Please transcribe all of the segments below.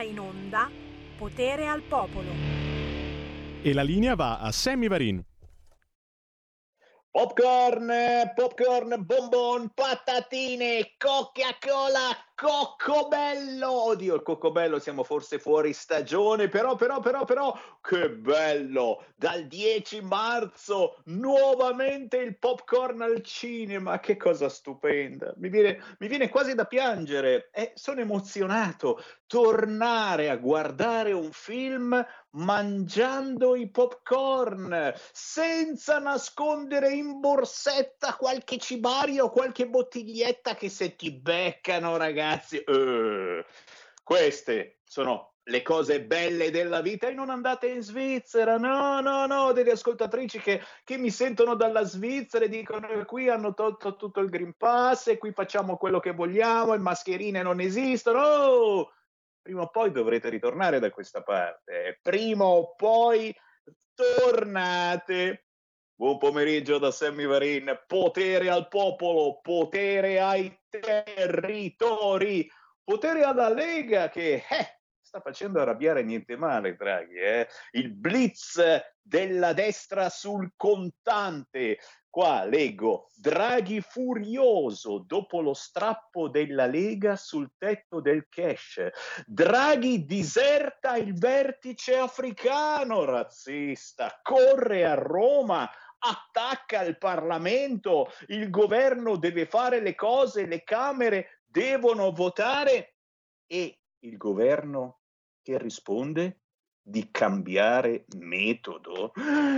in onda Potere al Popolo. E la linea va a Sammy Varin. Popcorn, bonbon, patatine, Coca-Cola, Coccobello. Oddio, il Coccobello siamo forse fuori stagione, però, che bello! Dal 10 marzo, nuovamente il popcorn al cinema, che cosa stupenda! Mi viene quasi da piangere, sono emozionato. Tornare a guardare un film mangiando i popcorn, senza nascondere in borsetta qualche cibario o qualche bottiglietta che se ti beccano, ragazzi. Queste sono le cose belle della vita. E non andate in Svizzera, no, delle ascoltatrici che mi sentono dalla Svizzera e dicono che qui hanno tolto tutto il Green Pass e qui facciamo quello che vogliamo e mascherine non esistono. Oh! Prima o poi dovrete ritornare da questa parte. Prima o poi tornate. Buon pomeriggio da Sammy Varin. Potere al popolo, potere ai territori, potere alla Lega che sta facendo arrabbiare niente male Draghi. Il blitz della destra sul contante. Qua leggo: Draghi furioso dopo lo strappo della Lega sul tetto del cash. Draghi diserta il vertice africano, razzista, corre a Roma, attacca il Parlamento, il governo deve fare le cose, le Camere devono votare e il governo che risponde? Di cambiare metodo.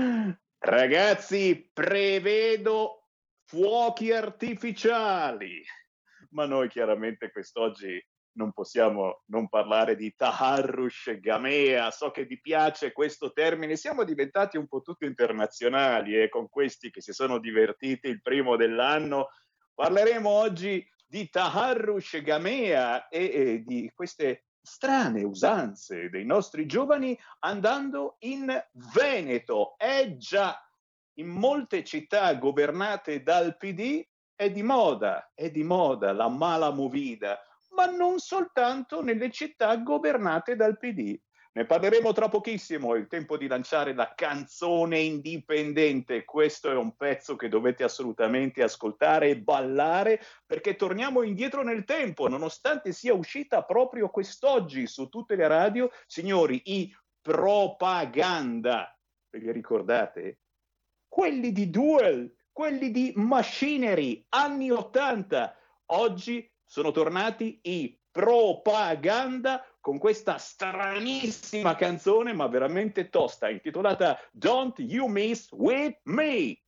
Ragazzi, prevedo fuochi artificiali, ma noi chiaramente quest'oggi non possiamo non parlare di Taharrush Gamea. So che vi piace questo termine, siamo diventati un po' tutti internazionali con questi che si sono divertiti il primo dell'anno. Parleremo oggi di Taharrush Gamea e di queste strane usanze dei nostri giovani andando in Veneto. Già, in molte città governate dal PD è di moda la mala movida, ma non soltanto nelle città governate dal PD. Ne parleremo tra pochissimo, è il tempo di lanciare la canzone indipendente. Questo è un pezzo che dovete assolutamente ascoltare e ballare, perché torniamo indietro nel tempo, nonostante sia uscita proprio quest'oggi su tutte le radio. Signori, i Propaganda, ve li ricordate? Quelli di Duel, quelli di Machinery, anni 80. Oggi sono tornati i Propaganda con questa stranissima canzone, ma veramente tosta, intitolata Don't You Mess With Me.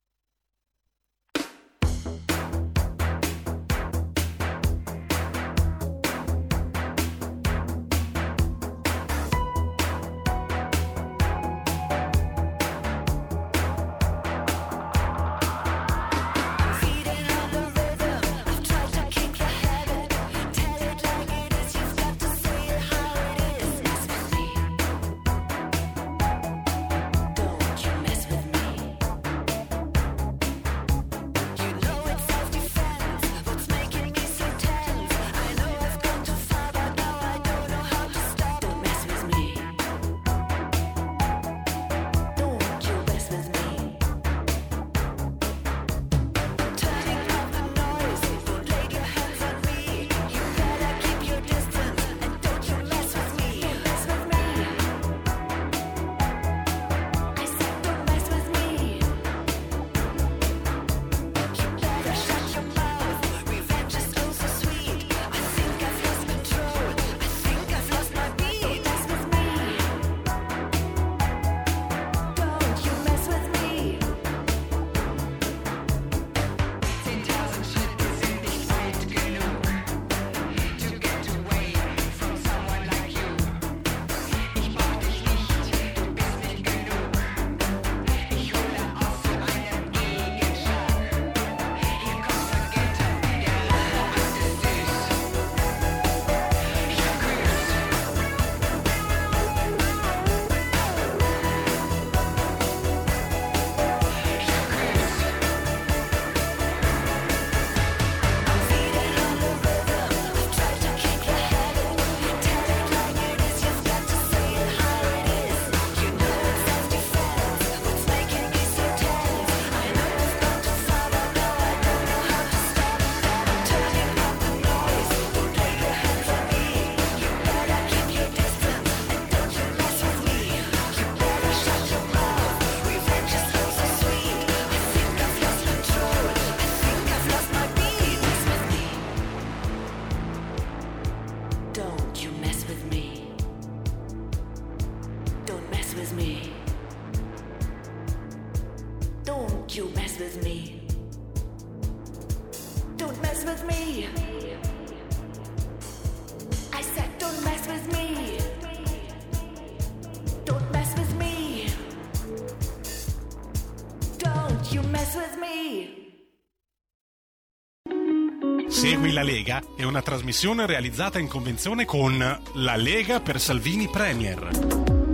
Segui la Lega è una trasmissione realizzata in convenzione con La Lega per Salvini Premier.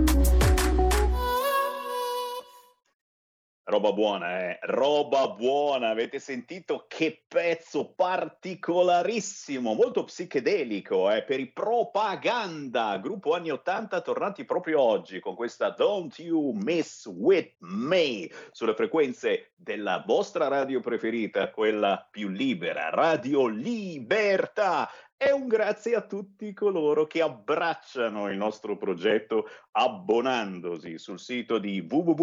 Roba buona, roba buona, avete sentito che pezzo particolarissimo, molto psichedelico, per i Propaganda, gruppo anni 80 tornati proprio oggi con questa Don't You Mess With Me sulle frequenze della vostra radio preferita, quella più libera, Radio Libertà. E un grazie a tutti coloro che abbracciano il nostro progetto abbonandosi sul sito di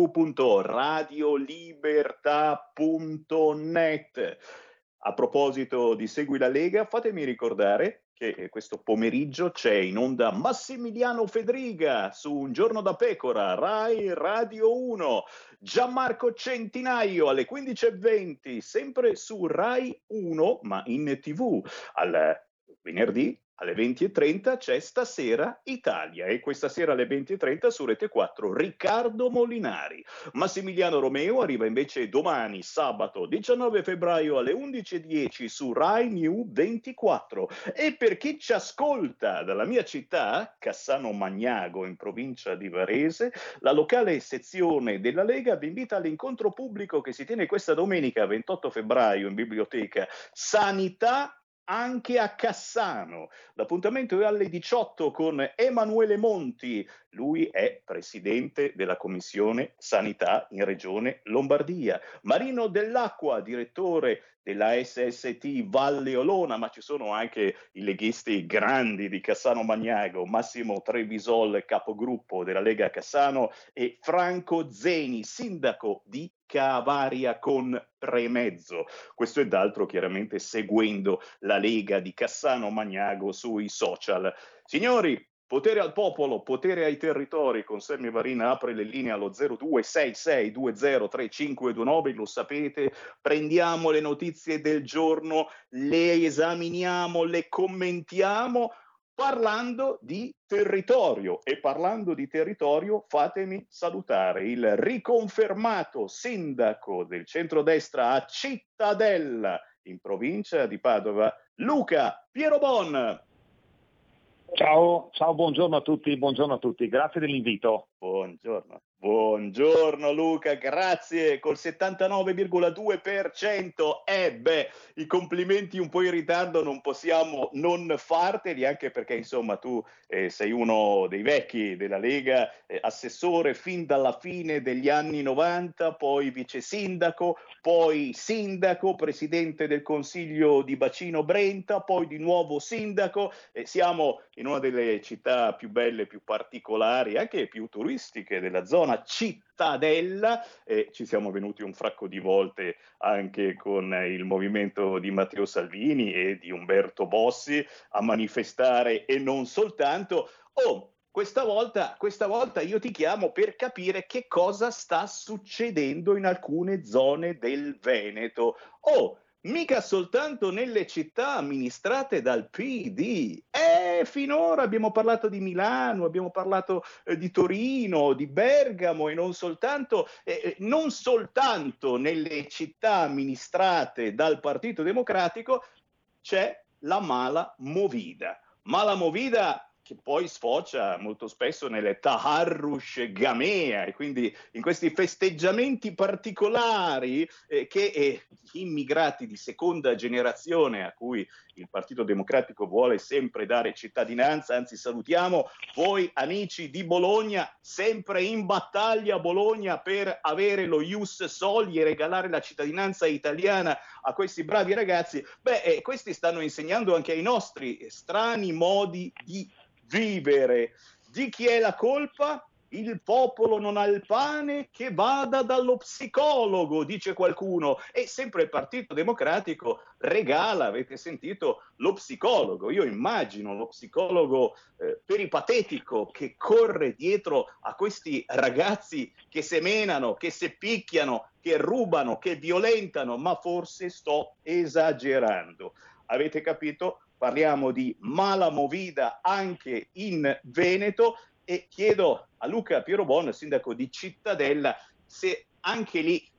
www.radiolibertà.net. A proposito di Segui la Lega, fatemi ricordare che questo pomeriggio c'è in onda Massimiliano Fedriga su Un giorno da pecora, Rai Radio 1, Gianmarco Centinaio alle 15:20, sempre su Rai 1, ma in TV, al venerdì alle 20:30 c'è Stasera Italia e questa sera alle 20:30 su Rete 4 Riccardo Molinari. Massimiliano Romeo arriva invece domani, sabato 19 febbraio alle 11:10 su Rai New 24. E per chi ci ascolta dalla mia città, Cassano Magnago in provincia di Varese, la locale sezione della Lega vi invita all'incontro pubblico che si tiene questa domenica 28 febbraio in biblioteca Sanità anche a Cassano. L'appuntamento è alle 18 con Emanuele Monti, lui è presidente della Commissione Sanità in Regione Lombardia, Marino Dell'Acqua, direttore della SST Valle Olona, ma ci sono anche i leghisti grandi di Cassano Magnago, Massimo Trevisol, capogruppo della Lega Cassano, e Franco Zeni, sindaco di Cavaria con Premezzo. Questo ed altro chiaramente seguendo la Lega di Cassano Magnago sui social. Signori, potere al popolo, potere ai territori, con Sammy Varin apre le linee allo 0266203529, lo sapete, prendiamo le notizie del giorno, le esaminiamo, le commentiamo, parlando di territorio. E parlando di territorio, fatemi salutare il riconfermato sindaco del centrodestra a Cittadella, in provincia di Padova, Luca Pierobon. Ciao, buongiorno a tutti, grazie dell'invito. Buongiorno Luca, grazie, col 79,2%. I complimenti un po' in ritardo non possiamo non farteli, anche perché insomma tu sei uno dei vecchi della Lega, assessore fin dalla fine degli anni 90, poi vice sindaco, poi sindaco, presidente del Consiglio di Bacino Brenta, poi di nuovo sindaco. Siamo in una delle città più belle, più particolari, anche più turistiche della zona, Cittadella. Ci siamo venuti un fracco di volte anche con il movimento di Matteo Salvini e di Umberto Bossi a manifestare, e non soltanto. Questa volta io ti chiamo per capire che cosa sta succedendo in alcune zone del Veneto. Mica soltanto nelle città amministrate dal PD. Finora abbiamo parlato di Milano, abbiamo parlato di Torino, di Bergamo, e non soltanto nelle città amministrate dal Partito Democratico c'è la mala movida. Mala movida che poi sfocia molto spesso nelle Taharrush Gamea, e quindi in questi festeggiamenti particolari che gli immigrati di seconda generazione, a cui il Partito Democratico vuole sempre dare cittadinanza, anzi salutiamo voi amici di Bologna, sempre in battaglia a Bologna per avere lo ius soli e regalare la cittadinanza italiana a questi bravi ragazzi. Questi stanno insegnando anche ai nostri strani modi di vivere. Di chi è la colpa? Il popolo non ha il pane, che vada dallo psicologo, dice qualcuno. E sempre il Partito Democratico regala, avete sentito, lo psicologo. Io immagino lo psicologo peripatetico che corre dietro a questi ragazzi che semenano, che seppicchiano, che rubano, che violentano, ma forse sto esagerando. Avete capito? Parliamo di mala movida anche in Veneto, e chiedo a Luca Pierobon, sindaco di Cittadella, se anche lì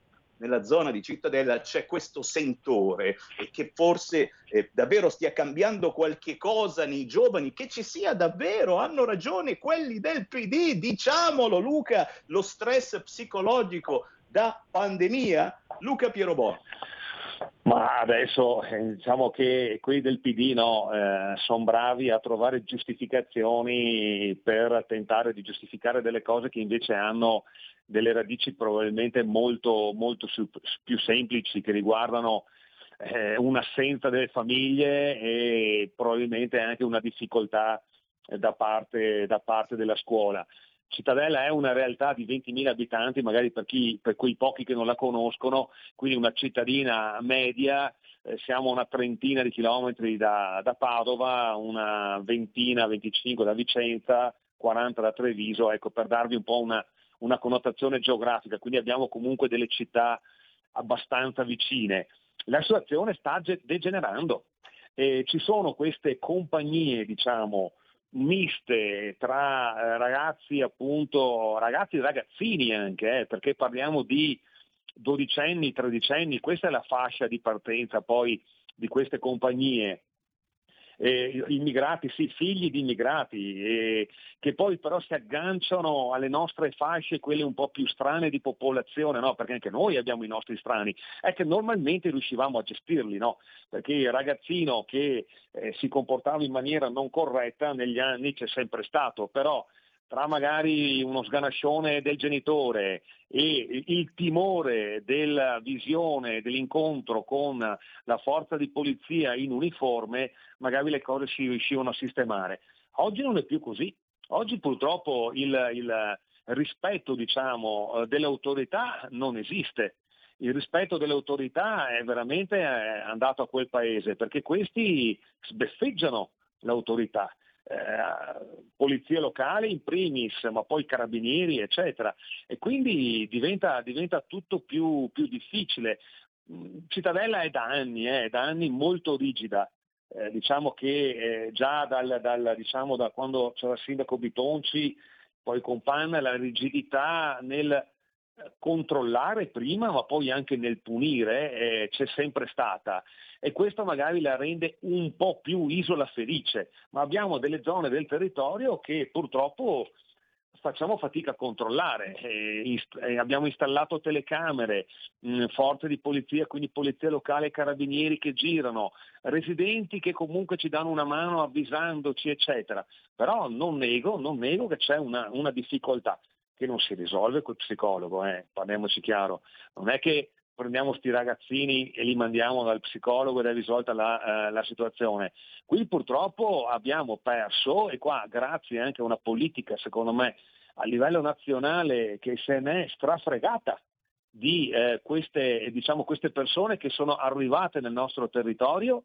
nella zona di Cittadella c'è questo sentore e che forse davvero stia cambiando qualche cosa nei giovani, che ci sia davvero, hanno ragione quelli del PD, diciamolo Luca, lo stress psicologico da pandemia. Luca Pierobono. Ma adesso diciamo che quelli del PD sono bravi a trovare giustificazioni per tentare di giustificare delle cose che invece hanno delle radici probabilmente molto, molto più semplici, che riguardano un'assenza delle famiglie e probabilmente anche una difficoltà da parte della scuola. Cittadella è una realtà di 20.000 abitanti, magari per quei pochi che non la conoscono, quindi una cittadina media, siamo a una trentina di chilometri da Padova, una ventina, 25 da Vicenza, 40 da Treviso, ecco, per darvi un po' una connotazione geografica, quindi abbiamo comunque delle città abbastanza vicine. La situazione sta degenerando, ci sono queste compagnie, diciamo, miste tra ragazzi e ragazzini anche, perché parliamo di 12enni, 13enni, questa è la fascia di partenza poi di queste compagnie. Immigrati, sì, figli di immigrati, che poi però si agganciano alle nostre fasce, quelle un po' più strane di popolazione, no? Perché anche noi abbiamo i nostri strani, è che normalmente riuscivamo a gestirli, no? Perché il ragazzino che si comportava in maniera non corretta negli anni c'è sempre stato, però tra magari uno sganascione del genitore e il timore della visione, dell'incontro con la forza di polizia in uniforme, magari le cose si riuscivano a sistemare. Oggi non è più così. Oggi purtroppo il rispetto, diciamo, delle autorità non esiste. Il rispetto delle autorità è veramente andato a quel paese, perché questi sbeffeggiano l'autorità. Polizie locali in primis, ma poi carabinieri, eccetera, e quindi diventa tutto più difficile. Cittadella è da anni molto rigida, diciamo che già da quando c'era il sindaco Bitonci, poi con Panna, la rigidità nel controllare prima, ma poi anche nel punire c'è sempre stata, e questo magari la rende un po' più isola felice, ma abbiamo delle zone del territorio che purtroppo facciamo fatica a controllare. Abbiamo installato telecamere, forze di polizia, quindi polizia locale e carabinieri che girano, residenti che comunque ci danno una mano avvisandoci, eccetera. Però non nego che c'è una difficoltà che non si risolve col psicologo, parliamoci chiaro. Non è che prendiamo sti ragazzini e li mandiamo dal psicologo ed è risolta la situazione. Qui purtroppo abbiamo perso, e qua grazie anche a una politica, secondo me, a livello nazionale che se n'è strafregata di queste persone che sono arrivate nel nostro territorio,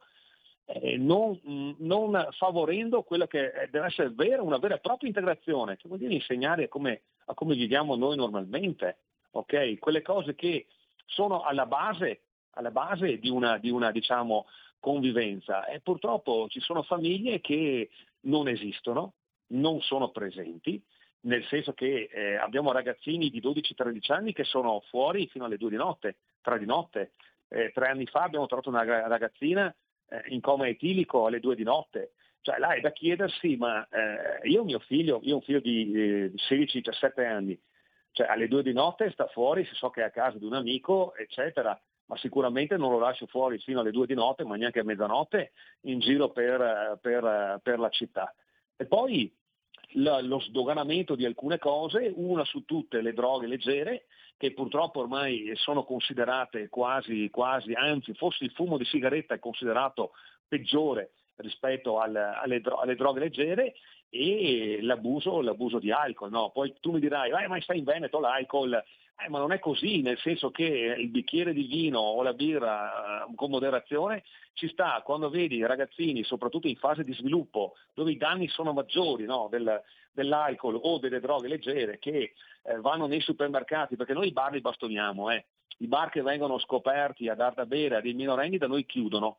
non favorendo quella che deve essere una vera e propria integrazione, che vuol dire insegnare a come viviamo noi normalmente, ok? Quelle cose che sono alla base di una diciamo convivenza, e purtroppo ci sono famiglie che non esistono, non sono presenti, nel senso che abbiamo ragazzini di 12-13 anni che sono fuori fino alle 2 di notte, 3 di notte. 3 anni fa abbiamo trovato una ragazzina in coma etilico alle 2 di notte. Cioè là è da chiedersi, ma io ho un figlio di 16-17 anni, cioè alle 2 di notte sta fuori, se so che è a casa di un amico, eccetera, ma sicuramente non lo lascio fuori fino alle 2 di notte, ma neanche a mezzanotte in giro per la città. E poi lo sdoganamento di alcune cose, una su tutte le droghe leggere, che purtroppo ormai sono considerate quasi, anzi forse il fumo di sigaretta è considerato peggiore rispetto alle droghe leggere, e l'abuso di alcol. No? Poi tu mi dirai, ma stai in Veneto, l'alcol, ma non è così, nel senso che il bicchiere di vino o la birra con moderazione ci sta quando vedi ragazzini, soprattutto in fase di sviluppo, dove i danni sono maggiori, no? dell'alcol o delle droghe leggere, che vanno nei supermercati, perché noi i bar li bastoniamo, i bar che vengono scoperti a dar da bere a dei minorenni da noi chiudono,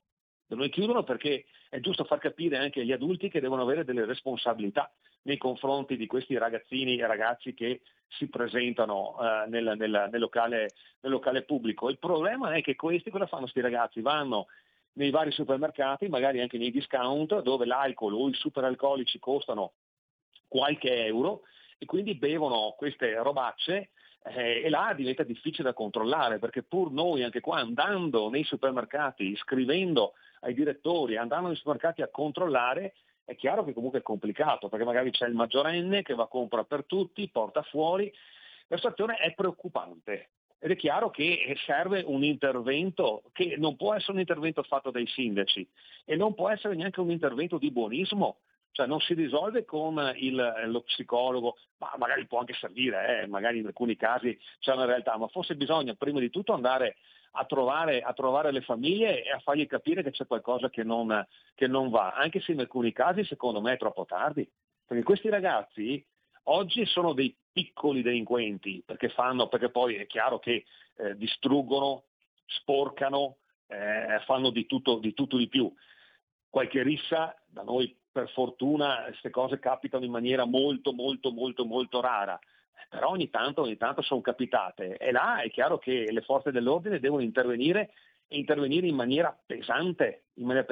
Da noi chiudono perché è giusto far capire anche agli adulti che devono avere delle responsabilità nei confronti di questi ragazzini e ragazzi che si presentano nel locale pubblico. Il problema è che questi cosa fanno sti ragazzi? Vanno nei vari supermercati, magari anche nei discount, dove l'alcol o i superalcolici costano qualche euro e quindi bevono queste robacce e là diventa difficile da controllare, perché pur noi anche qua andando nei supermercati, scrivendo ai direttori, andando nei supermercati a controllare, è chiaro che comunque è complicato, perché magari c'è il maggiorenne che va a compra per tutti, porta fuori. La situazione è preoccupante ed è chiaro che serve un intervento che non può essere un intervento fatto dai sindaci e non può essere neanche un intervento di buonismo. Cioè non si risolve con lo psicologo, ma magari può anche servire, magari in alcuni casi c'è una realtà, ma forse bisogna prima di tutto andare a trovare le famiglie e a fargli capire che c'è qualcosa che non va, anche se in alcuni casi secondo me è troppo tardi, perché questi ragazzi oggi sono dei piccoli delinquenti, perché poi è chiaro che distruggono, sporcano, fanno di tutto di più. Qualche rissa da noi per fortuna queste cose capitano in maniera molto molto molto molto rara, però ogni tanto sono capitate e là è chiaro che le forze dell'ordine devono intervenire in maniera pesante.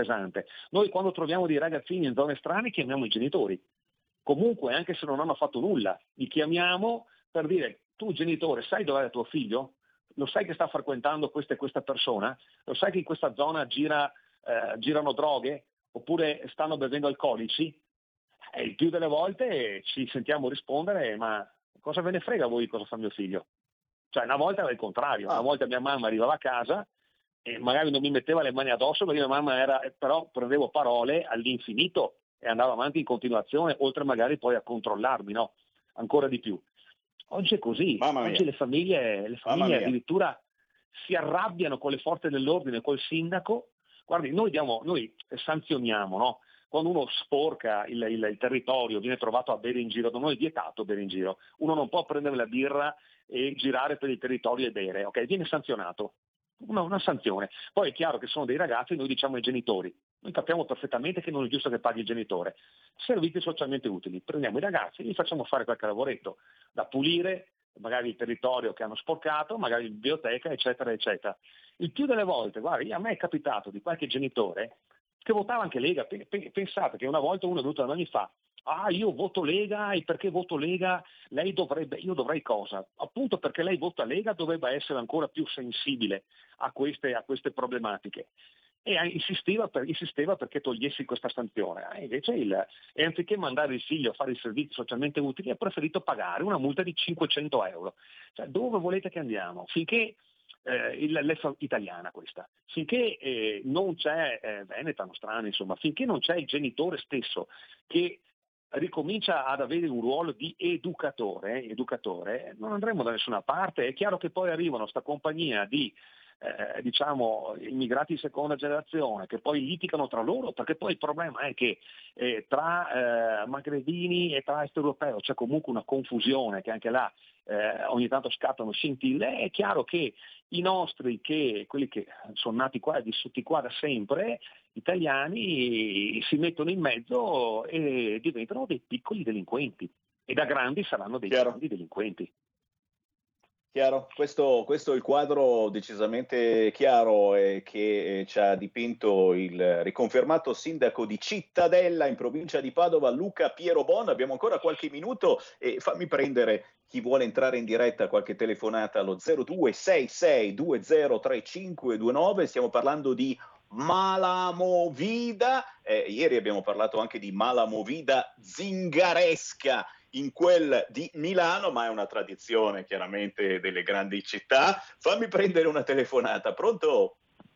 Noi quando troviamo dei ragazzini in zone strane chiamiamo i genitori, comunque anche se non hanno fatto nulla, li chiamiamo per dire: tu genitore sai dov'è tuo figlio? Lo sai che sta frequentando questa e questa persona? Lo sai che in questa zona girano droghe? Oppure stanno bevendo alcolici? E il più delle volte ci sentiamo rispondere: ma cosa ve ne frega voi cosa fa mio figlio? Cioè una volta era il contrario, una volta mia mamma arrivava a casa e magari non mi metteva le mani addosso perché mia mamma però prendevo parole all'infinito e andavo avanti in continuazione, oltre magari poi a controllarmi, no? Ancora di più. Oggi è così, oggi le famiglie addirittura si arrabbiano con le forze dell'ordine, col sindaco. Guardi, noi sanzioniamo, no? Quando uno sporca il territorio, viene trovato a bere in giro, da noi è vietato bere in giro. Uno non può prendere la birra e girare per il territorio e bere, ok? Viene sanzionato, una sanzione. Poi è chiaro che sono dei ragazzi, noi diciamo ai genitori, noi capiamo perfettamente che non è giusto che paghi il genitore. Servizi socialmente utili, prendiamo i ragazzi e gli facciamo fare qualche lavoretto, da pulire, magari il territorio che hanno sporcato, magari la biblioteca, eccetera, eccetera. Il più delle volte, guarda, a me è capitato di qualche genitore che votava anche Lega. Pensate che una volta uno è venuto da me e mi fa: io voto Lega, e perché voto Lega? Io dovrei cosa? Appunto perché lei vota Lega dovrebbe essere ancora più sensibile a queste problematiche. E insisteva perché togliessi questa sanzione. Invece e anziché mandare il figlio a fare i servizi socialmente utili ha preferito pagare una multa di 500 euro. Cioè, dove volete che andiamo? Finché italiana questa, finché non c'è veneta, nostrana, insomma, finché non c'è il genitore stesso che ricomincia ad avere un ruolo di educatore, non andremo da nessuna parte. È chiaro che poi arrivano sta compagnia di immigrati di seconda generazione che poi litigano tra loro, perché poi il problema è che tra magrebini e tra extraeuropei c'è comunque una confusione che anche là ogni tanto scattano scintille. È chiaro che i nostri, quelli che sono nati qua e vissuti qua da sempre, italiani, si mettono in mezzo e diventano dei piccoli delinquenti e da grandi saranno dei grandi delinquenti. Chiaro, questo è il quadro decisamente chiaro che ci ha dipinto il riconfermato sindaco di Cittadella in provincia di Padova, Luca Pierobon. Abbiamo ancora qualche minuto e fammi prendere chi vuole entrare in diretta, qualche telefonata allo 0266203529. Stiamo parlando di mala movida, ieri abbiamo parlato anche di mala movida zingaresca in quel di Milano, ma è una tradizione chiaramente delle grandi città. Fammi prendere una telefonata. Pronto?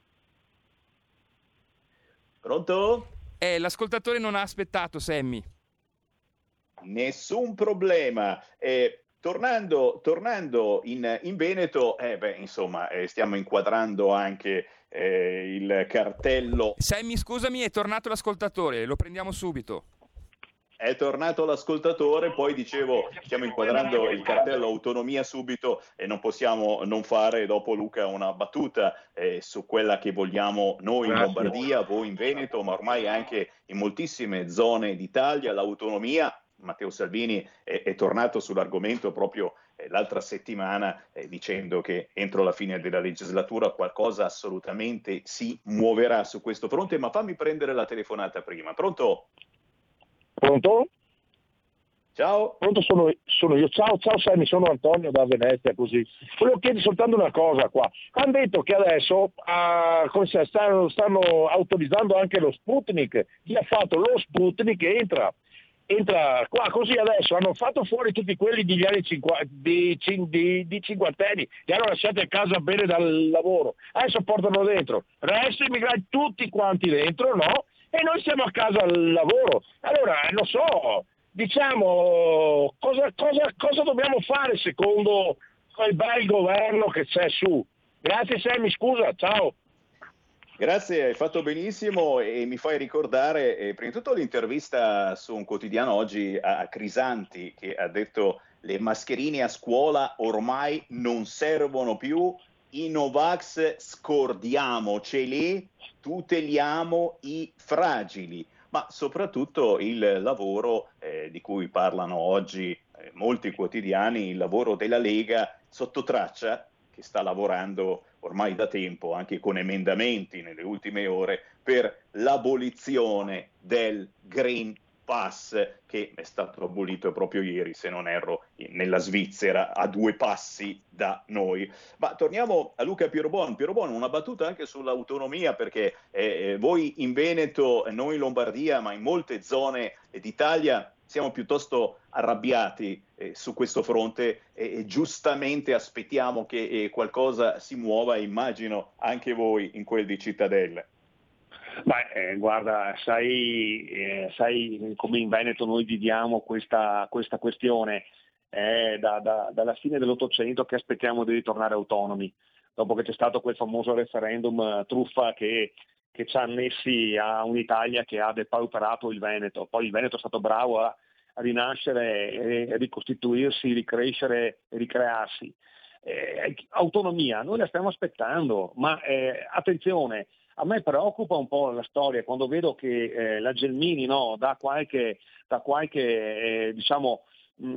L'ascoltatore non ha aspettato, Sammy. Nessun problema. Tornando in Veneto, stiamo inquadrando anche il cartello. Sammy, scusami, è tornato l'ascoltatore, lo prendiamo subito. è tornato l'ascoltatore, poi dicevo, stiamo inquadrando il cartello autonomia subito e non possiamo non fare dopo Luca una battuta su quella che vogliamo noi in Lombardia, voi in Veneto, ma ormai anche in moltissime zone d'Italia, l'autonomia. Matteo Salvini è tornato sull'argomento proprio l'altra settimana dicendo che entro la fine della legislatura qualcosa assolutamente si muoverà su questo fronte, ma fammi prendere la telefonata prima. Pronto? Pronto? Ciao. Pronto, sono io. Ciao Sammy, sono Antonio da Venezia, così. Volevo chiedere soltanto una cosa qua. Hanno detto che adesso stanno autorizzando anche lo Sputnik. Chi ha fatto lo Sputnik entra qua, così adesso hanno fatto fuori tutti quelli degli anni 50, di cinquantenni, li hanno lasciati a casa bene dal lavoro, adesso portano dentro, resto immigrati tutti quanti dentro, no? E noi siamo a casa al lavoro. Allora, non so, diciamo, cosa dobbiamo fare secondo quel bel governo che c'è su? Grazie Sammy, scusa, ciao. Grazie, hai fatto benissimo e mi fai ricordare prima di tutto l'intervista su un quotidiano oggi a Crisanti che ha detto le mascherine a scuola ormai non servono più, i Novax scordiamoceli, tuteliamo i fragili, ma soprattutto il lavoro di cui parlano oggi molti quotidiani, il lavoro della Lega sotto traccia, che sta lavorando ormai da tempo, anche con emendamenti nelle ultime ore, per l'abolizione del Green Pass, che è stato abolito proprio ieri, se non erro, nella Svizzera, a 2 passi da noi. Ma torniamo a Luca Pirobon. Pirobon, una battuta anche sull'autonomia, perché voi in Veneto, noi in Lombardia, ma in molte zone d'Italia, siamo piuttosto arrabbiati su questo fronte e giustamente aspettiamo che qualcosa si muova, immagino anche voi in quel di Cittadella. Beh, guarda, sai come in Veneto noi viviamo questa questione. Dalla fine dell'Ottocento che aspettiamo di ritornare autonomi, dopo che c'è stato quel famoso referendum truffa che ci ha annessi a un'Italia che ha depauperato il Veneto. Poi il Veneto è stato bravo a rinascere e ricostituirsi, ricrescere e ricrearsi. Autonomia, noi la stiamo aspettando, ma attenzione, a me preoccupa un po' la storia quando vedo che la Gelmini dà qualche diciamo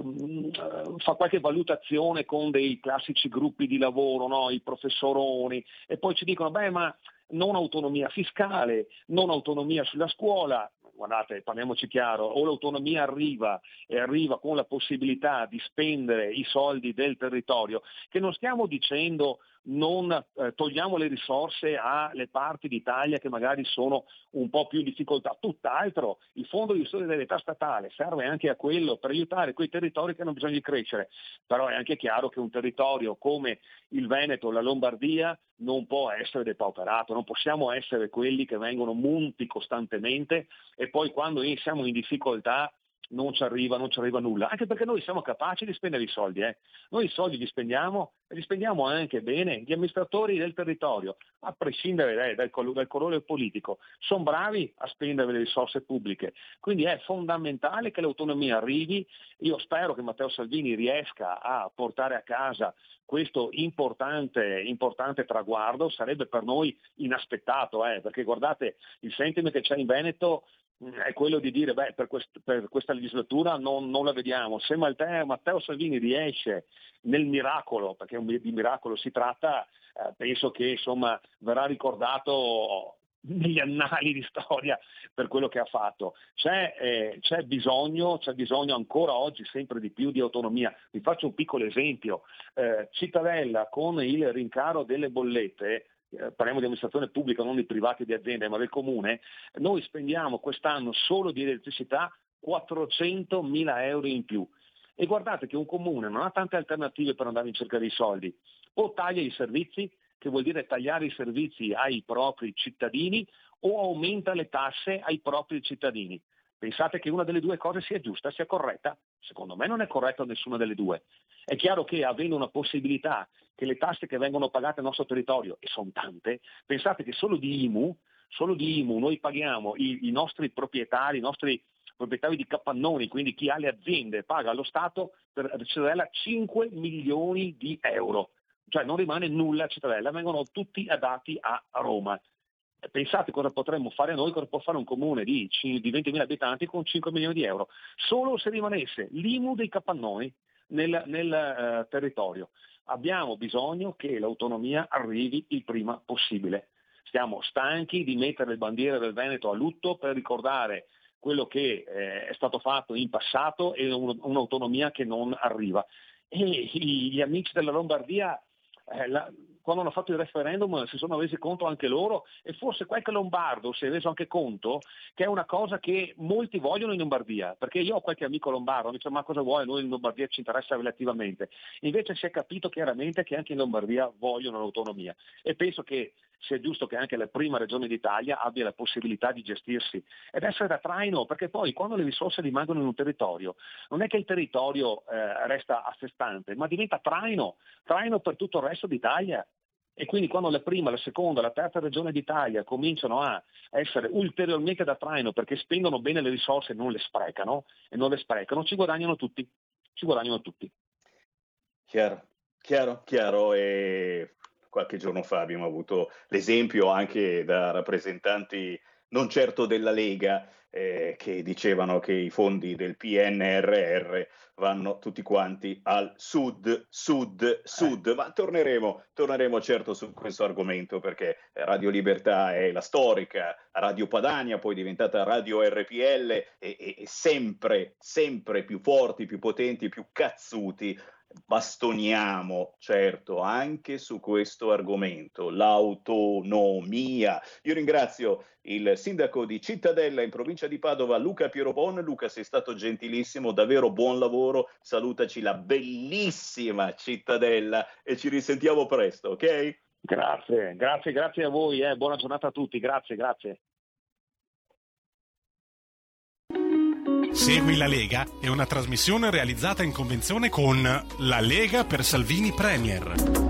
fa qualche valutazione con dei classici gruppi di lavoro, no? I professoroni, e poi ci dicono ma non autonomia fiscale, non autonomia sulla scuola. Guardate, parliamoci chiaro, o l'autonomia arriva con la possibilità di spendere i soldi del territorio, che non stiamo dicendo non togliamo le risorse alle parti d'Italia che magari sono un po' più in difficoltà, tutt'altro, il fondo di solidarietà statale serve anche a quello, per aiutare quei territori che hanno bisogno di crescere, però è anche chiaro che un territorio come il Veneto, la Lombardia non può essere depauperato, non possiamo essere quelli che vengono munti costantemente e poi quando siamo in difficoltà non ci arriva nulla, anche perché noi siamo capaci di spendere i soldi, Noi i soldi li spendiamo e li spendiamo anche bene, gli amministratori del territorio, a prescindere dal colore politico, sono bravi a spendere le risorse pubbliche, quindi è fondamentale che l'autonomia arrivi. Io spero che Matteo Salvini riesca a portare a casa questo importante traguardo, sarebbe per noi inaspettato, perché guardate il sentiment che c'è in Veneto è quello di dire per questa legislatura non la vediamo. Se Matteo Salvini riesce nel miracolo, perché di miracolo si tratta, penso che insomma verrà ricordato negli annali di storia per quello che ha fatto. C'è bisogno ancora oggi sempre di più di autonomia. Vi faccio un piccolo esempio. Cittadella con il rincaro delle bollette, parliamo di amministrazione pubblica, non di privati e di aziende, ma del comune, noi spendiamo quest'anno solo di elettricità 400.000 euro in più. E guardate che un comune non ha tante alternative per andare in cerca dei soldi. O taglia i servizi, che vuol dire tagliare i servizi ai propri cittadini, o aumenta le tasse ai propri cittadini. Pensate che una delle due cose sia giusta, sia corretta? Secondo me non è corretta nessuna delle due. È chiaro che avendo una possibilità che le tasse che vengono pagate nel nostro territorio, e sono tante, pensate che solo di IMU noi paghiamo i nostri proprietari, i nostri proprietari di capannoni, quindi chi ha le aziende, paga allo Stato per Cittadella 5 milioni di euro. Cioè non rimane nulla a Cittadella, vengono tutti adatti a Roma. Pensate cosa potremmo fare noi, cosa può fare un comune di 20.000 abitanti con 5 milioni di euro, solo se rimanesse l'IMU dei capannoni nel territorio. Abbiamo bisogno che l'autonomia arrivi il prima possibile. Siamo stanchi di mettere le bandiere del Veneto a lutto per ricordare quello che è stato fatto in passato e un'autonomia che non arriva. E gli amici della Lombardia quando hanno fatto il referendum si sono resi conto anche loro, e forse qualche lombardo si è reso anche conto che è una cosa che molti vogliono in Lombardia, perché io ho qualche amico lombardo, mi dice ma cosa vuoi, noi in Lombardia ci interessa relativamente, invece si è capito chiaramente che anche in Lombardia vogliono l'autonomia, e penso che sia giusto che anche la prima regione d'Italia abbia la possibilità di gestirsi ed essere da traino, perché poi quando le risorse rimangono in un territorio non è che il territorio resta a sé stante, ma diventa traino per tutto il resto d'Italia. E quindi quando la prima, la seconda, la terza regione d'Italia cominciano a essere ulteriormente da traino perché spendono bene le risorse e non le sprecano, ci guadagnano tutti. Chiaro. E qualche giorno fa abbiamo avuto l'esempio anche da rappresentanti non certo della Lega che dicevano che i fondi del PNRR vanno tutti quanti al sud, ma torneremo certo su questo argomento, perché Radio Libertà è la storica Radio Padania, poi diventata Radio RPL e sempre più forti, più potenti, più cazzuti. Bastoniamo certo anche su questo argomento, l'autonomia. Io ringrazio il sindaco di Cittadella in provincia di Padova, Luca Pierobon. Luca, sei stato gentilissimo, davvero buon lavoro, salutaci la bellissima Cittadella e ci risentiamo presto, ok? Grazie a voi, buona giornata a tutti, grazie. Segui la Lega è una trasmissione realizzata in convenzione con La Lega per Salvini Premier.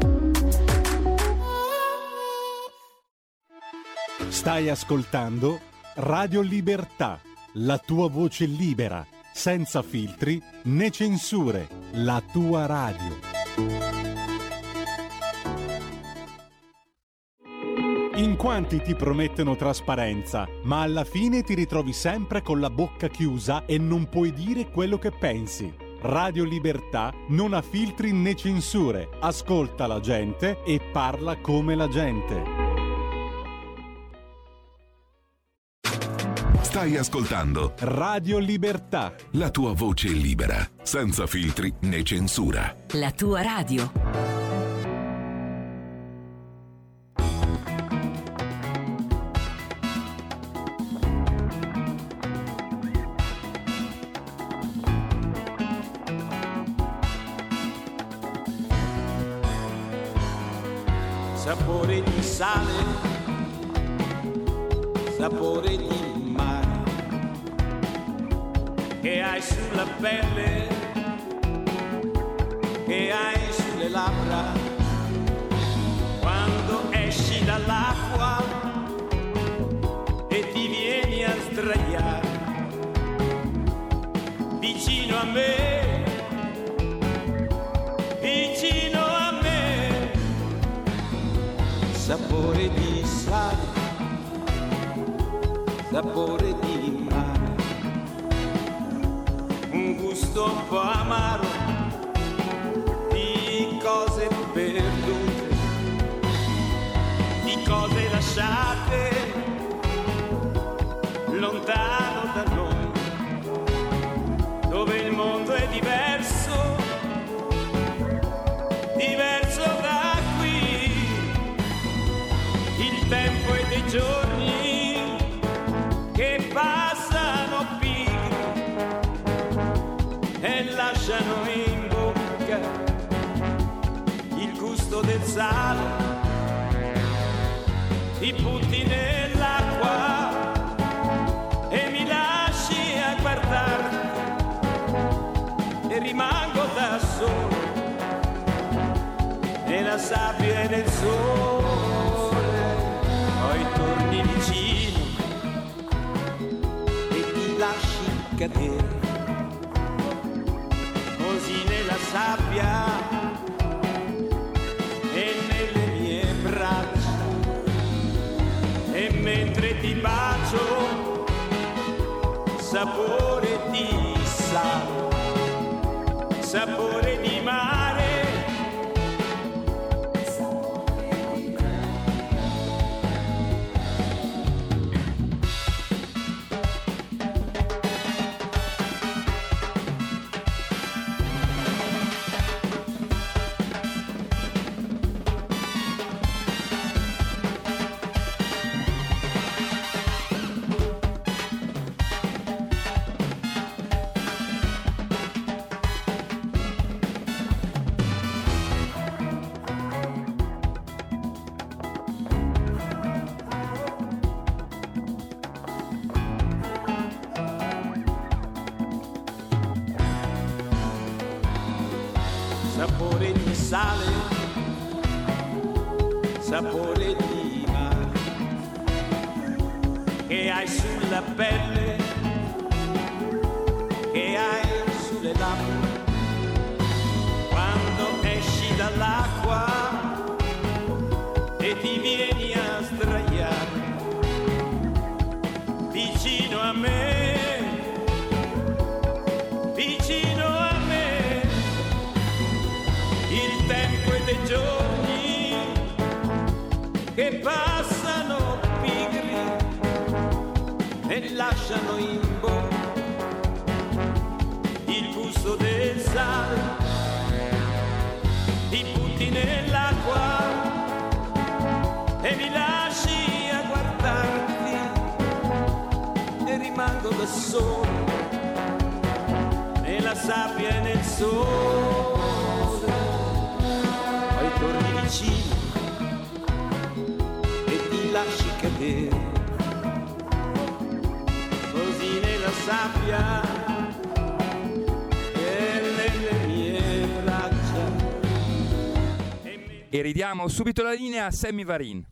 Stai ascoltando Radio Libertà, la tua voce libera, senza filtri né censure, la tua radio. In quanti ti promettono trasparenza, ma alla fine ti ritrovi sempre con la bocca chiusa e non puoi dire quello che pensi. Radio Libertà non ha filtri né censure, ascolta la gente e parla come la gente. Stai ascoltando Radio Libertà, la tua voce libera, senza filtri né censura. La tua radio. Sapore di sale, sapore di mare, che hai sulla pelle, che hai sulle labbra, quando esci dall'acqua e ti vieni a sdraiare vicino a me, vicino a me. Sapore di sale, sapore di mare, un gusto un po' amaro di cose perdute, di cose lasciate lontano da noi, dove il mondo è diverso da il tempo e dei giorni che passano pigri e lasciano in bocca il gusto del sale, ti butti nell'acqua e mi lasci a guardarti e rimango da solo nella sabbia e nel sole. Poi torni vicino e ti lasci cadere, così nella sabbia e nelle mie braccia, e mentre ti bacio, sapore di sale, sapore di mare. Sapore di sale, sapore di mare, che hai sulla pelle, che hai sulle labbra, quando esci dall'acqua e ti vieni a sdraiare vicino a me, vicino a me. Il tempo e dei giorni che passano pigri e lasciano in bocca il gusto del sale, ti butti nell'acqua e mi lasci a guardarti e rimango da solo nella sabbia e nel sole. Poi torni vicino e ti lasci cadere, così nella sabbia e nelle mie braccia. E ridiamo subito la linea a Sammy Varin.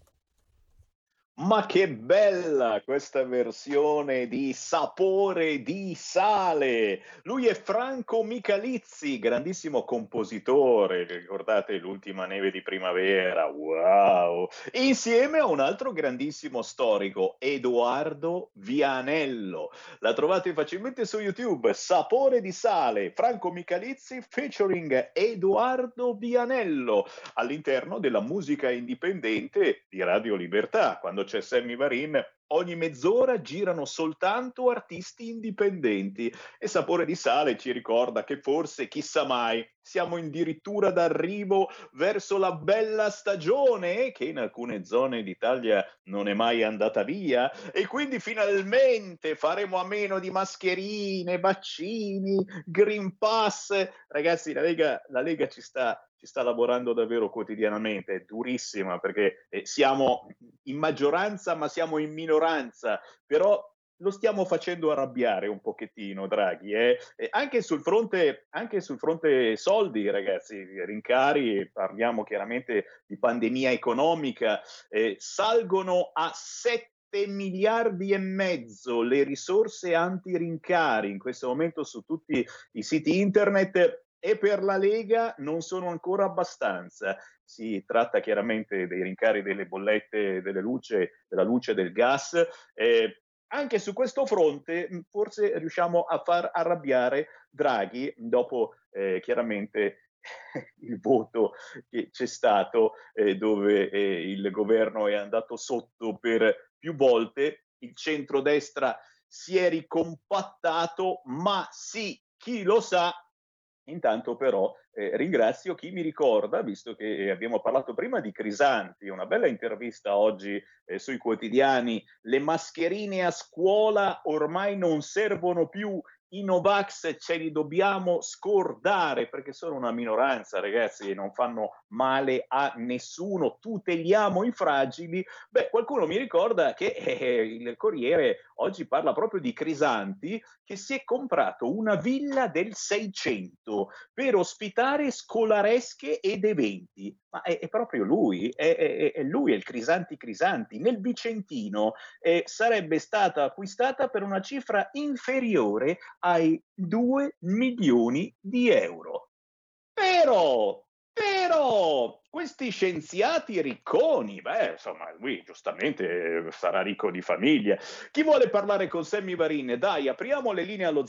Ma che bella questa versione di Sapore di sale! Lui è Franco Michalizzi, grandissimo compositore, ricordate l'ultima neve di primavera, wow! Insieme a un altro grandissimo storico, Edoardo Vianello. La trovate facilmente su YouTube, Sapore di sale, Franco Michalizzi featuring Edoardo Vianello, all'interno della musica indipendente di Radio Libertà. Quando c'è Sammy Varin, ogni mezz'ora girano soltanto artisti indipendenti e Sapore di sale ci ricorda che forse, chissà mai, siamo addirittura d'arrivo verso la bella stagione che in alcune zone d'Italia non è mai andata via e quindi finalmente faremo a meno di mascherine, vaccini, Green Pass. Ragazzi, la Lega ci sta lavorando davvero quotidianamente, è durissima perché siamo in maggioranza ma siamo in minoranza, però lo stiamo facendo arrabbiare un pochettino Draghi, anche sul fronte soldi, ragazzi, rincari, parliamo chiaramente di pandemia economica, salgono a 7 miliardi e mezzo le risorse anti-rincari in questo momento su tutti i siti internet. E per la Lega non sono ancora abbastanza. Si tratta chiaramente dei rincari delle bollette della luce e del gas. Anche su questo fronte forse riusciamo a far arrabbiare Draghi dopo chiaramente il voto che c'è stato dove il governo è andato sotto per più volte. Il centrodestra si è ricompattato, ma sì, chi lo sa. Intanto però ringrazio chi mi ricorda, visto che abbiamo parlato prima di Crisanti, una bella intervista oggi sui quotidiani, le mascherine a scuola ormai non servono più, i Novax ce li dobbiamo scordare perché sono una minoranza, ragazzi, e non fanno male a nessuno, tuteliamo i fragili. Beh, qualcuno mi ricorda che il Corriere oggi parla proprio di Crisanti, che si è comprato una villa del 600 per ospitare scolaresche ed eventi. Ma è proprio lui, è lui, è il Crisanti Crisanti. Nel Vicentino sarebbe stata acquistata per una cifra inferiore ai 2 milioni di euro. Però, questi scienziati ricconi, insomma, lui giustamente sarà ricco di famiglia. Chi vuole parlare con Sammy Varin? Dai, apriamo le linee allo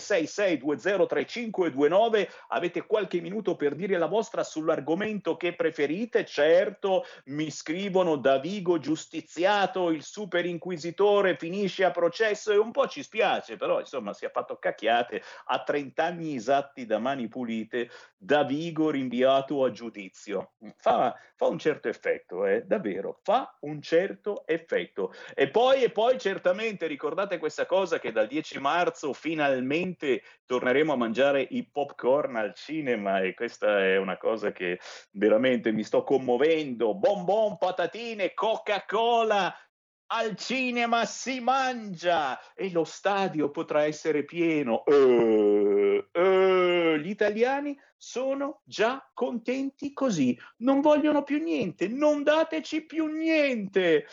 0266203529. Avete qualche minuto per dire la vostra sull'argomento che preferite? Certo, mi scrivono: Davigo giustiziato, il super inquisitore finisce a processo, e un po' ci spiace, però insomma si è fatto cacchiate a 30 anni esatti da Mani Pulite. Davigo rinviato a giudizio. Fa un certo effetto, davvero, fa un certo effetto. E poi certamente ricordate questa cosa, che dal 10 marzo finalmente torneremo a mangiare i popcorn al cinema, e questa è una cosa che veramente mi sto commuovendo. Bonbon, patatine, Coca-Cola. Al cinema si mangia e lo stadio potrà essere pieno. Gli italiani sono già contenti così, non vogliono più niente, non dateci più niente.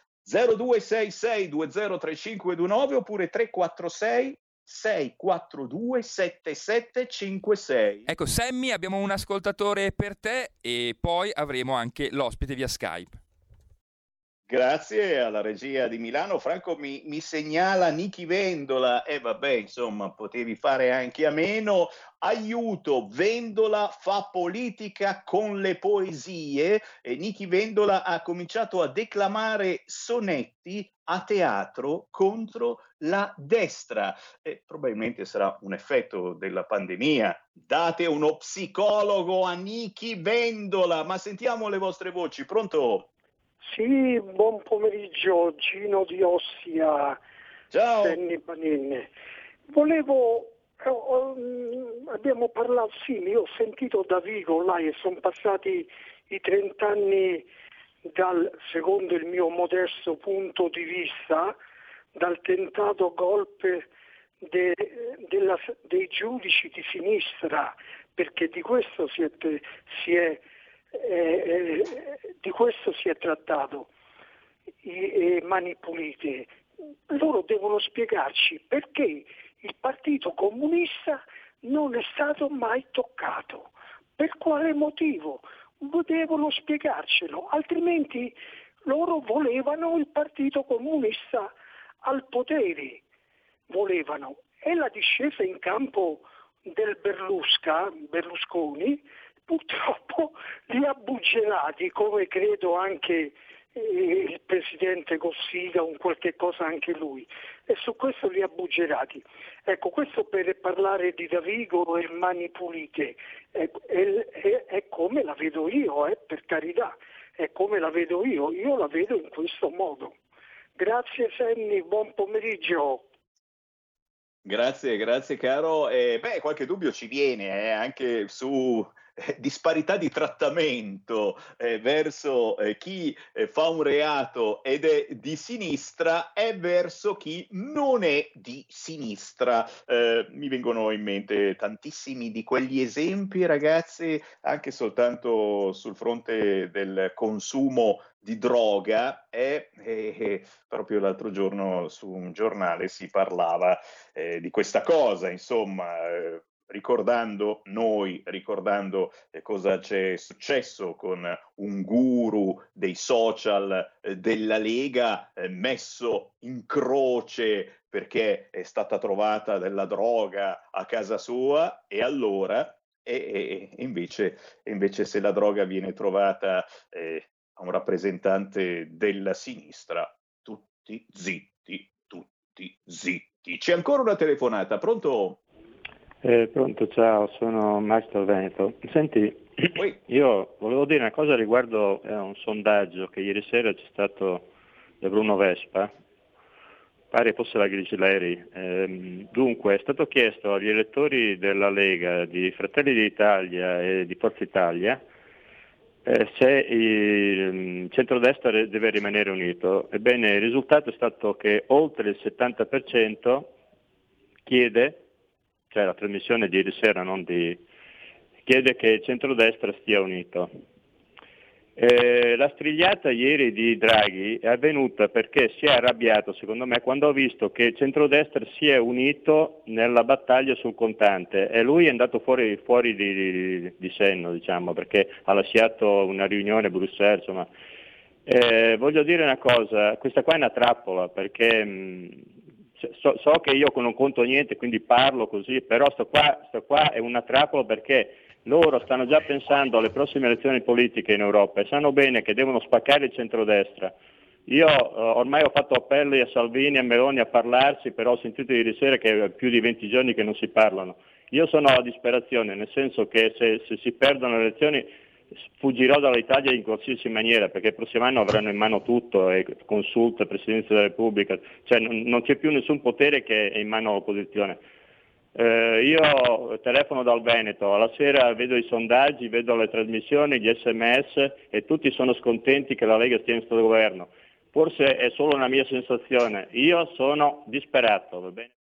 0266203529 oppure 346 642 7756. Ecco, Sammy, abbiamo un ascoltatore per te e poi avremo anche l'ospite via Skype. Grazie alla regia di Milano. Franco mi segnala Nichi Vendola, vabbè, insomma, potevi fare anche a meno. Aiuto, Vendola fa politica con le poesie, e Nichi Vendola ha cominciato a declamare sonetti a teatro contro la destra. Probabilmente sarà un effetto della pandemia. Date uno psicologo a Nichi Vendola. Ma sentiamo le vostre voci. Pronto? Sì, buon pomeriggio, Gino di Ossia. Ciao. Senni Banin. Abbiamo parlato, sì, io ho sentito Davigo là e sono passati i 30 anni secondo il mio modesto punto di vista, dal tentato golpe dei giudici di sinistra, perché di questo si è trattato, Mani Pulite. Loro devono spiegarci perché il Partito Comunista non è stato mai toccato, per quale motivo, devono spiegarcelo, altrimenti loro volevano il Partito Comunista al potere, e la discesa in campo del Berlusconi purtroppo li ha buggerati, come credo anche il presidente Cossiga, un qualche cosa anche lui, e su questo li ha buggerati. Ecco, questo per parlare di Davigo e Mani Pulite, è come la vedo io, per carità, è come la vedo io la vedo in questo modo. Grazie Senni, buon pomeriggio. Grazie caro. Qualche dubbio ci viene anche su disparità di trattamento verso chi fa un reato ed è di sinistra e verso chi non è di sinistra. Mi vengono in mente tantissimi di quegli esempi, ragazzi, anche soltanto sul fronte del consumo di droga. Proprio l'altro giorno su un giornale si parlava di questa cosa, insomma, ricordando cosa c'è successo con un guru dei social della Lega messo in croce perché è stata trovata della droga a casa sua, e allora invece se la droga viene trovata a un rappresentante della sinistra, tutti zitti. C'è ancora una telefonata, pronto? Pronto, ciao, sono Max dal Veneto. Senti, io volevo dire una cosa riguardo un sondaggio che ieri sera c'è stato da Bruno Vespa, pare fosse la Grigileri. Dunque, è stato chiesto agli elettori della Lega, di Fratelli d'Italia e di Forza Italia se il centrodestra deve rimanere unito. Ebbene, il risultato è stato che oltre il 70% chiede, cioè la trasmissione di ieri sera, chiede che il centrodestra stia unito. La strigliata ieri di Draghi è avvenuta perché si è arrabbiato, secondo me, quando ha visto che il centrodestra si è unito nella battaglia sul contante, e lui è andato fuori di senno, diciamo, perché ha lasciato una riunione a Bruxelles, insomma. Voglio dire una cosa, questa qua è una trappola, perché so che io non conto niente, quindi parlo così, però sto qua è una trappola, perché loro stanno già pensando alle prossime elezioni politiche in Europa e sanno bene che devono spaccare il centrodestra. Io ormai ho fatto appelli a Salvini e a Meloni a parlarsi, però ho sentito ieri sera che è più di 20 giorni che non si parlano. Io sono a disperazione, nel senso che se si perdono le elezioni fuggirò dall'Italia in qualsiasi maniera, perché il prossimo anno avranno in mano tutto, consulta, Presidenza della Repubblica, cioè non c'è più nessun potere che è in mano all'opposizione. Io telefono dal Veneto, alla sera vedo i sondaggi, vedo le trasmissioni, gli SMS e tutti sono scontenti che la Lega stia in questo governo. Forse è solo una mia sensazione, io sono disperato, va bene?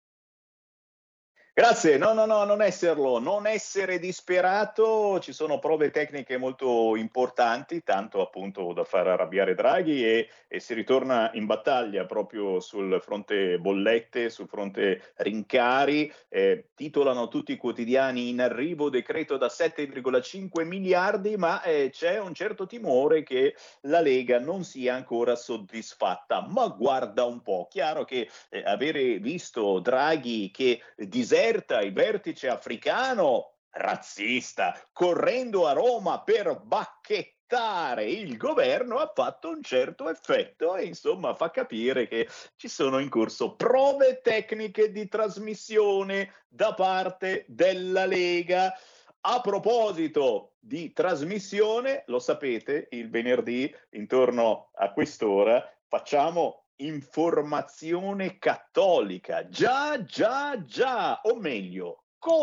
Grazie, no, non esserlo, non essere disperato, ci sono prove tecniche molto importanti, tanto appunto da far arrabbiare Draghi e si ritorna in battaglia proprio sul fronte bollette, sul fronte rincari, titolano tutti i quotidiani in arrivo decreto da 7,5 miliardi, ma c'è un certo timore che la Lega non sia ancora soddisfatta, ma guarda un po', chiaro che avere visto Draghi che diserta il vertice africano, razzista, correndo a Roma per bacchettare il governo, ha fatto un certo effetto e insomma fa capire che ci sono in corso prove tecniche di trasmissione da parte della Lega. A proposito di trasmissione, lo sapete, il venerdì intorno a quest'ora facciamo informazione cattolica, già, o meglio,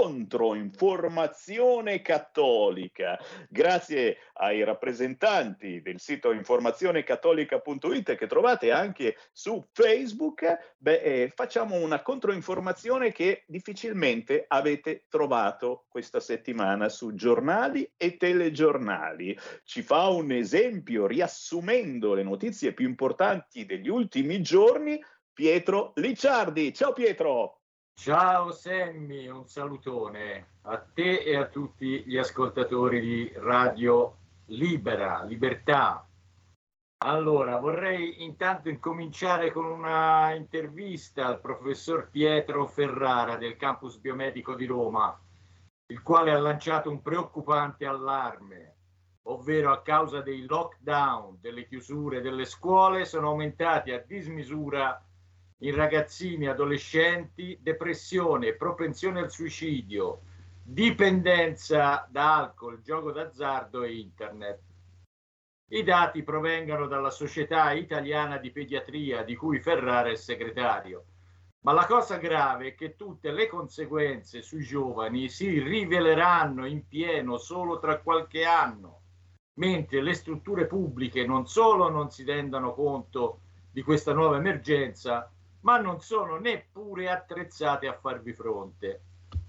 controinformazione cattolica. Grazie ai rappresentanti del sito informazionecattolica.it che trovate anche su Facebook, facciamo una controinformazione che difficilmente avete trovato questa settimana su giornali e telegiornali. Ci fa un esempio riassumendo le notizie più importanti degli ultimi giorni Pietro Licciardi. Ciao Pietro! Ciao Sammy, un salutone a te e a tutti gli ascoltatori di Radio Libertà. Allora, vorrei intanto incominciare con una intervista al professor Pietro Ferrara del campus biomedico di Roma, il quale ha lanciato un preoccupante allarme, ovvero a causa dei lockdown, delle chiusure delle scuole, sono aumentati a dismisura in ragazzini e adolescenti depressione, propensione al suicidio, dipendenza da alcol, gioco d'azzardo e internet. I dati provengono dalla Società Italiana di Pediatria, di cui Ferrara è segretario. Ma la cosa grave è che tutte le conseguenze sui giovani si riveleranno in pieno solo tra qualche anno, mentre le strutture pubbliche non solo non si rendono conto di questa nuova emergenza, ma non sono neppure attrezzate a farvi fronte.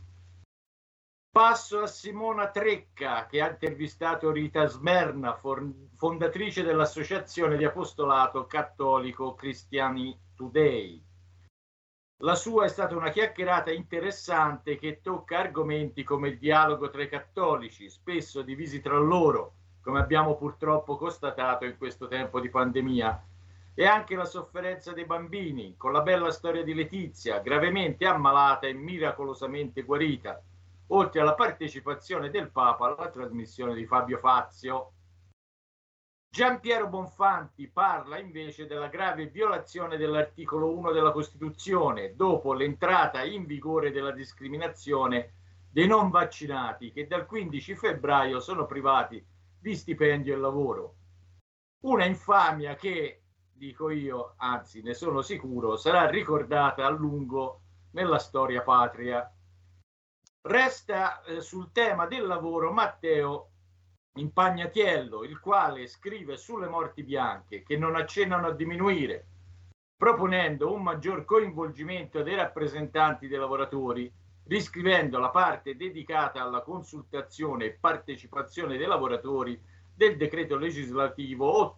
Passo a Simona Trecca, che ha intervistato Rita Smerna, fondatrice dell'Associazione di Apostolato Cattolico Cristiani Today. La sua è stata una chiacchierata interessante che tocca argomenti come il dialogo tra i cattolici, spesso divisi tra loro, come abbiamo purtroppo constatato in questo tempo di pandemia, e anche la sofferenza dei bambini, con la bella storia di Letizia, gravemente ammalata e miracolosamente guarita, oltre alla partecipazione del Papa alla trasmissione di Fabio Fazio. Giampiero Bonfanti parla invece della grave violazione dell'articolo 1 della Costituzione, dopo l'entrata in vigore della discriminazione dei non vaccinati, che dal 15 febbraio sono privati di stipendio e lavoro. Una infamia che, dico io, anzi ne sono sicuro, sarà ricordata a lungo nella storia patria. Resta sul tema del lavoro Matteo Impagnatiello, il quale scrive sulle morti bianche che non accennano a diminuire, proponendo un maggior coinvolgimento dei rappresentanti dei lavoratori, riscrivendo la parte dedicata alla consultazione e partecipazione dei lavoratori del decreto legislativo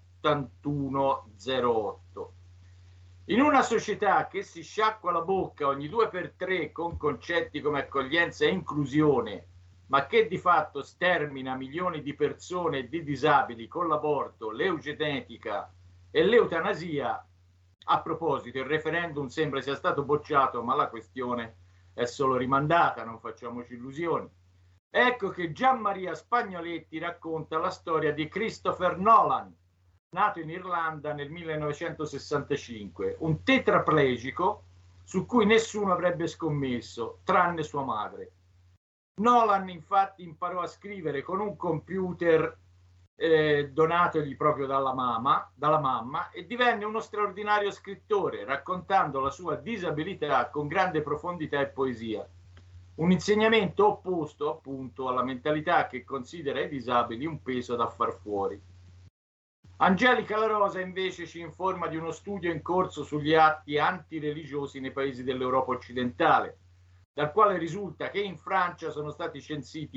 8108. In una società che si sciacqua la bocca ogni 2x3 con concetti come accoglienza e inclusione, ma che di fatto stermina milioni di persone e di disabili con l'aborto, l'eugenetica e l'eutanasia. A proposito, il referendum sembra sia stato bocciato, ma la questione è solo rimandata, non facciamoci illusioni. Ecco che Gianmaria Spagnoletti racconta la storia di Christopher Nolan, nato in Irlanda nel 1965, un tetraplegico su cui nessuno avrebbe scommesso, tranne sua madre. Nolan infatti imparò a scrivere con un computer donatogli proprio dalla mamma, e divenne uno straordinario scrittore, raccontando la sua disabilità con grande profondità e poesia. Un insegnamento opposto appunto alla mentalità che considera i disabili un peso da far fuori. Angelica La Rosa invece ci informa di uno studio in corso sugli atti antireligiosi nei paesi dell'Europa occidentale, dal quale risulta che in Francia sono stati censiti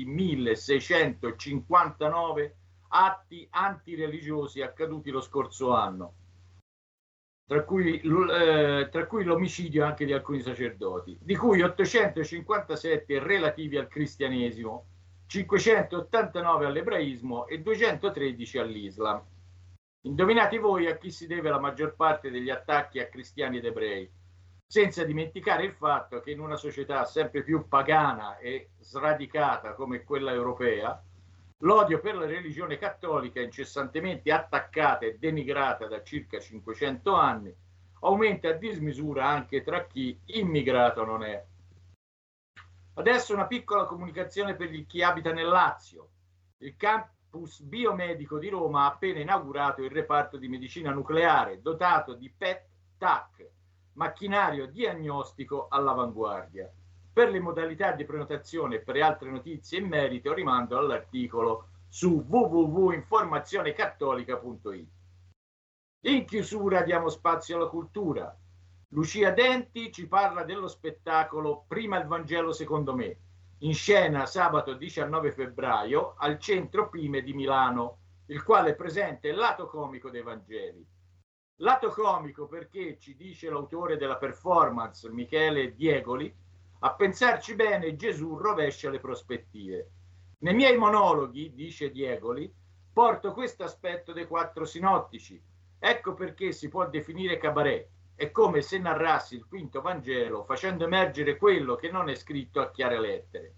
1659 atti antireligiosi accaduti lo scorso anno, tra cui l'omicidio anche di alcuni sacerdoti, di cui 857 relativi al cristianesimo, 589 all'ebraismo e 213 all'Islam. Indovinate voi a chi si deve la maggior parte degli attacchi a cristiani ed ebrei, senza dimenticare il fatto che in una società sempre più pagana e sradicata come quella europea, l'odio per la religione cattolica, incessantemente attaccata e denigrata da circa 500 anni, aumenta a dismisura anche tra chi immigrato non è. Adesso una piccola comunicazione per chi abita nel Lazio. Il campus biomedico di Roma ha appena inaugurato il reparto di medicina nucleare, dotato di PET-TAC, macchinario diagnostico all'avanguardia. Per le modalità di prenotazione e per altre notizie in merito rimando all'articolo su www.informazionecattolica.it. In chiusura diamo spazio alla cultura. Lucia Denti ci parla dello spettacolo Prima il Vangelo secondo me, in scena sabato 19 febbraio al Centro Pime di Milano, il quale presenta il lato comico dei Vangeli. Lato comico perché, ci dice l'autore della performance, Michele Diegoli, a pensarci bene Gesù rovescia le prospettive. Nei miei monologhi, dice Diegoli, porto questo aspetto dei 4 sinottici. Ecco perché si può definire cabaret. È come se narrassi il quinto Vangelo facendo emergere quello che non è scritto a chiare lettere.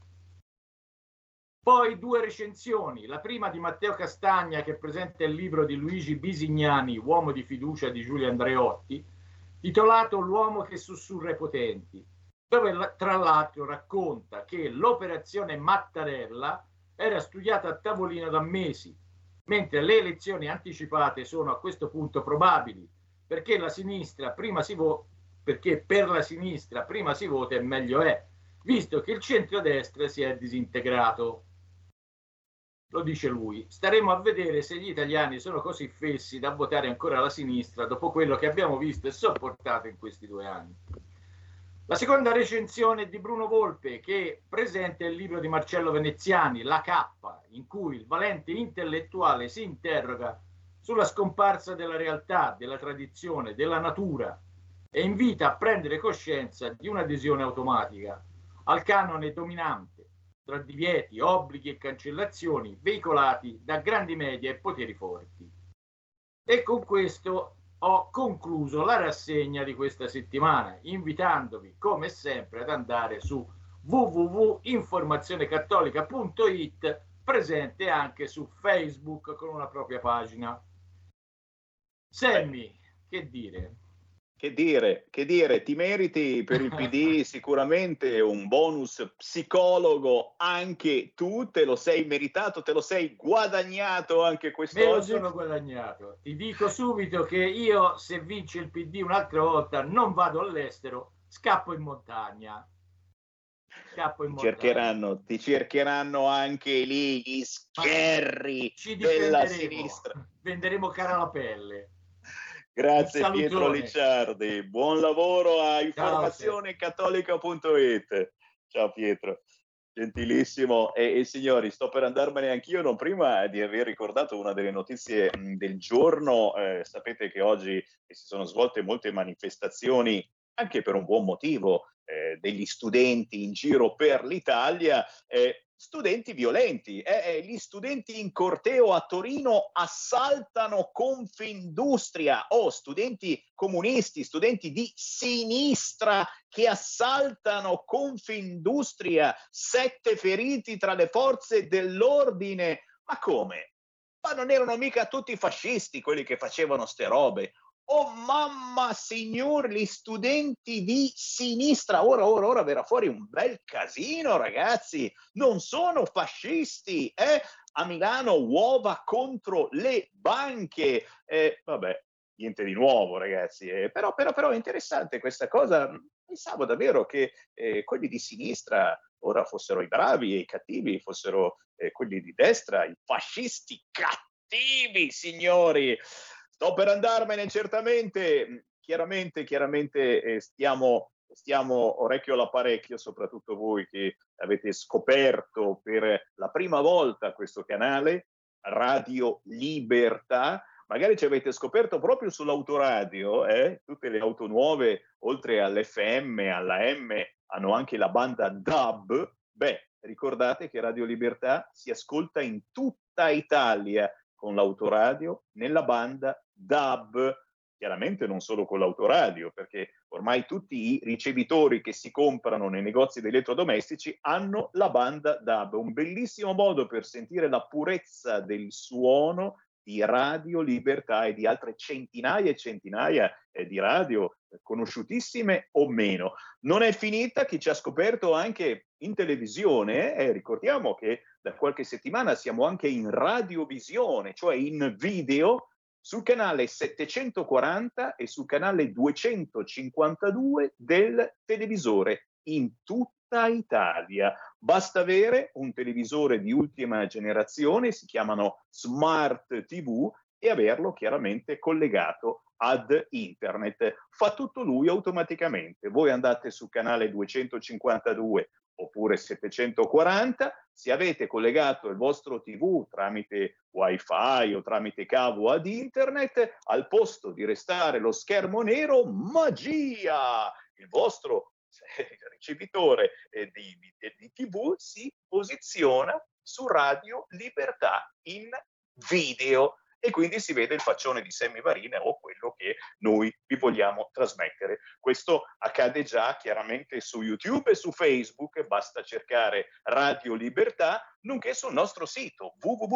Poi 2 recensioni, la prima di Matteo Castagna che presenta il libro di Luigi Bisignani, Uomo di fiducia di Giulio Andreotti, titolato L'uomo che sussurra ai potenti, dove tra l'altro racconta che l'operazione Mattarella era studiata a tavolino da mesi, mentre le elezioni anticipate sono a questo punto probabili, perché per la sinistra prima si vota e meglio è, visto che il centrodestra si è disintegrato. Lo dice lui. Staremo a vedere se gli italiani sono così fessi da votare ancora la sinistra dopo quello che abbiamo visto e sopportato in questi 2 anni. La seconda recensione è di Bruno Volpe, che presenta il libro di Marcello Veneziani, La K, in cui il valente intellettuale si interroga sulla scomparsa della realtà, della tradizione, della natura e invita a prendere coscienza di un'adesione automatica al canone dominante tra divieti, obblighi e cancellazioni veicolati da grandi media e poteri forti. E con questo ho concluso la rassegna di questa settimana, invitandovi come sempre ad andare su www.informazionecattolica.it, presente anche su Facebook con una propria pagina. Sammy, che dire? Che dire, ti meriti per il PD sicuramente un bonus psicologo, anche tu te lo sei meritato, te lo sei guadagnato anche quest'oggi. Me lo sono guadagnato. Ti dico subito che io, se vince il PD un'altra volta, non vado all'estero, scappo in montagna. Ti cercheranno anche lì gli scherri della sinistra. Venderemo cara la pelle. Grazie Pietro Licciardi, buon lavoro a informazionecattolica.it. Ciao Pietro, gentilissimo. E signori, sto per andarmene anch'io, non prima di aver ricordato una delle notizie del giorno. Sapete che oggi si sono svolte molte manifestazioni, anche per un buon motivo, degli studenti in giro per l'Italia, studenti violenti. Gli studenti in corteo a Torino assaltano Confindustria, studenti comunisti, studenti di sinistra che assaltano Confindustria, 7 feriti tra le forze dell'ordine. Ma come? Ma non erano mica tutti fascisti quelli che facevano ste robe? Oh mamma signori, gli studenti di sinistra, ora verrà fuori un bel casino, ragazzi, non sono fascisti, a Milano uova contro le banche, vabbè, niente di nuovo, ragazzi, però è interessante questa cosa. Pensavo davvero che quelli di sinistra ora fossero i bravi e i cattivi, fossero quelli di destra, i fascisti cattivi, signori. Sto per andarmene certamente, chiaramente stiamo orecchio all'apparecchio, soprattutto voi che avete scoperto per la prima volta questo canale, Radio Libertà. Magari ci avete scoperto proprio sull'autoradio, tutte le auto nuove, oltre all'FM, alla M, hanno anche la banda DAB. Ricordate che Radio Libertà si ascolta in tutta Italia con l'autoradio nella banda DAB, chiaramente non solo con l'autoradio, perché ormai tutti i ricevitori che si comprano nei negozi di elettrodomestici hanno la banda DAB, un bellissimo modo per sentire la purezza del suono di Radio Libertà e di altre centinaia e centinaia di radio conosciutissime o meno. Non è finita, chi ci ha scoperto anche in televisione, ricordiamo che da qualche settimana siamo anche in radiovisione, cioè in video, sul canale 740 e sul canale 252 del televisore in tutta Italia. Basta avere un televisore di ultima generazione, si chiamano Smart TV, e averlo chiaramente collegato ad internet. Fa tutto lui automaticamente. Voi andate sul canale 252 oppure 740, se avete collegato il vostro TV tramite wifi o tramite cavo ad internet, al posto di restare lo schermo nero, magia! Il vostro ricevitore di TV si posiziona su Radio Libertà in video e quindi si vede il faccione di Sammy Varin o quello che noi vi vogliamo trasmettere. Questo accade già chiaramente su YouTube e su Facebook, basta cercare Radio Libertà, nonché sul nostro sito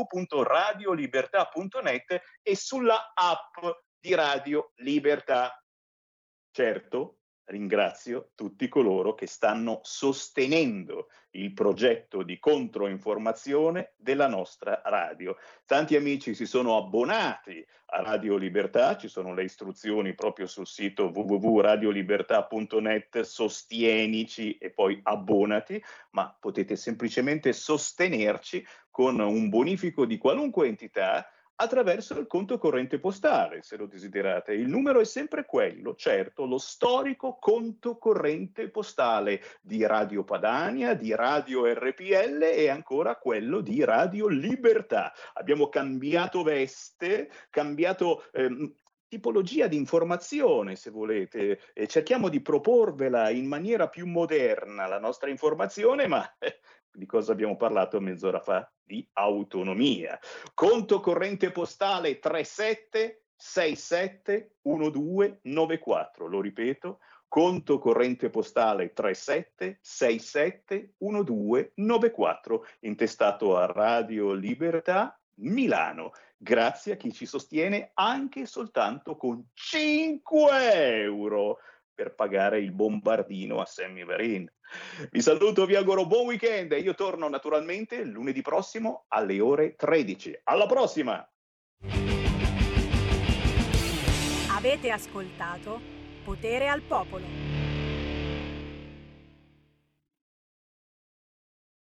www.radiolibertà.net e sulla app di Radio Libertà. Certo, ringrazio tutti coloro che stanno sostenendo il progetto di controinformazione della nostra radio. Tanti amici si sono abbonati a Radio Libertà, ci sono le istruzioni proprio sul sito www.radiolibertà.net, sostienici e poi abbonati, ma potete semplicemente sostenerci con un bonifico di qualunque entità attraverso il conto corrente postale, se lo desiderate. Il numero è sempre quello, certo, lo storico conto corrente postale di Radio Padania, di Radio RPL e ancora quello di Radio Libertà. Abbiamo cambiato veste, cambiato tipologia di informazione, se volete. Cerchiamo di proporvela in maniera più moderna la nostra informazione, ma di cosa abbiamo parlato mezz'ora fa? Di autonomia. Conto corrente postale 37671294. Lo ripeto, conto corrente postale 37671294, intestato a Radio Libertà Milano. Grazie a chi ci sostiene anche soltanto con 5 euro per pagare il bombardino a Sammy Varin. Vi saluto, vi auguro buon weekend e io torno naturalmente lunedì prossimo alle ore 13. Alla prossima! Avete ascoltato Potere al Popolo.